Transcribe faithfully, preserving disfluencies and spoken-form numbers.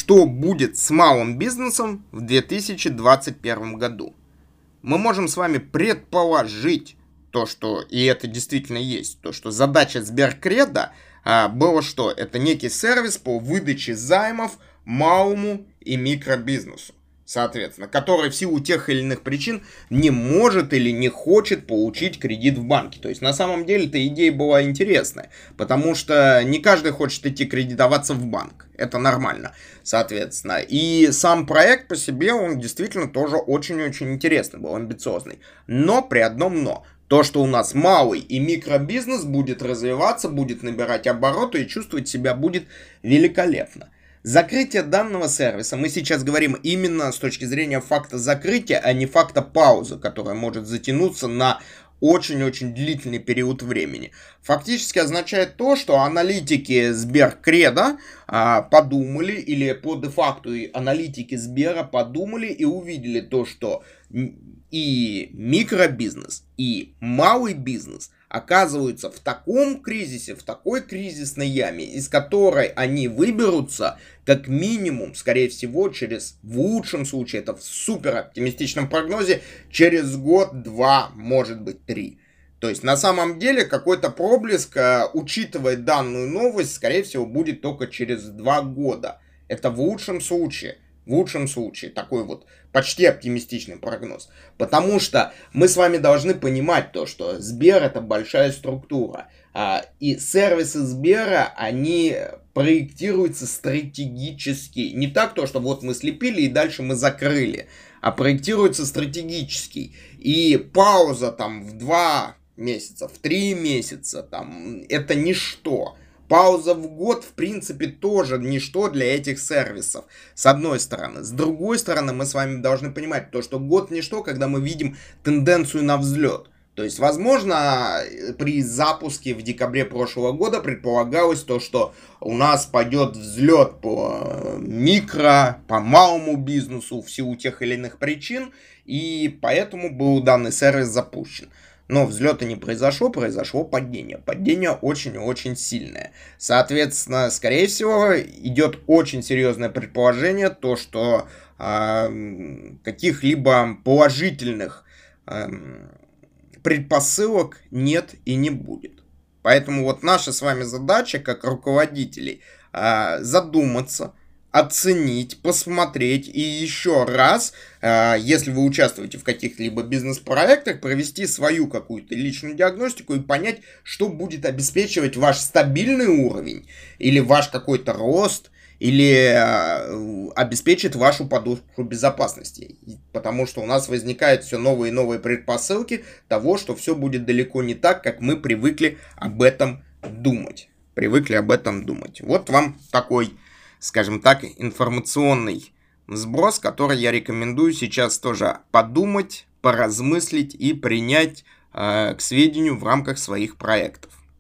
что будет с малым бизнесом в две тысячи двадцать первом году. Мы можем с вами предположить то, что, и это действительно есть, то, что задача Сберкредо а, было что? Это некий сервис по выдаче займов малому и микробизнесу, соответственно, который в силу тех или иных причин не может или не хочет получить кредит в банке. То есть на самом деле эта идея была интересная, потому что не каждый хочет идти кредитоваться в банк. Это нормально, соответственно. И сам проект по себе, он действительно тоже очень-очень интересный был, амбициозный. Но при одном но. То, что у нас малый и микробизнес будет развиваться, будет набирать обороты и чувствовать себя будет великолепно. Закрытие данного сервиса, мы сейчас говорим именно с точки зрения факта закрытия, а не факта паузы, которая может затянуться на очень-очень длительный период времени. Фактически означает то, что аналитики Сберкредо а, подумали, или по де-факту аналитики Сбера подумали и увидели то, что и микробизнес, и малый бизнес оказываются в таком кризисе, в такой кризисной яме, из которой они выберутся как минимум, скорее всего, через, в лучшем случае, это в супер оптимистичном прогнозе, через год, два, может быть, три. То есть, на самом деле, какой-то проблеск, учитывая данную новость, скорее всего, будет только через два года. Это в лучшем случае. В лучшем случае, такой вот почти оптимистичный прогноз. Потому что мы с вами должны понимать то, что Сбер это большая структура. И сервисы Сбера, они проектируются стратегически. Не так то, что вот мы слепили и дальше мы закрыли. А проектируются стратегически. И пауза там в два месяца, в три месяца, там, это ничто. Пауза в год, в принципе, тоже ничто для этих сервисов, с одной стороны. С другой стороны, мы с вами должны понимать, то, что год ничто, когда мы видим тенденцию на взлет. То есть, возможно, при запуске в декабре прошлого года предполагалось то, что у нас пойдет взлет по микро, по малому бизнесу в силу тех или иных причин, и поэтому был данный сервис запущен. Но взлета не произошло, произошло падение. Падение очень-очень сильное. Соответственно, скорее всего, идет очень серьезное предположение, то, что э, каких-либо положительных э, предпосылок нет и не будет. Поэтому вот наша с вами задача, как руководителей, э, задуматься, оценить, посмотреть и еще раз, э, если вы участвуете в каких-либо бизнес-проектах, провести свою какую-то личную диагностику и понять, что будет обеспечивать ваш стабильный уровень или ваш какой-то рост, или э, обеспечит вашу подушку безопасности. Потому что у нас возникают все новые и новые предпосылки того, что все будет далеко не так, как мы привыкли об этом думать. Привыкли об этом думать. Вот вам такой, скажем так, информационный сброс, который я рекомендую сейчас тоже подумать, поразмыслить и принять э, к сведению в рамках своих проектов.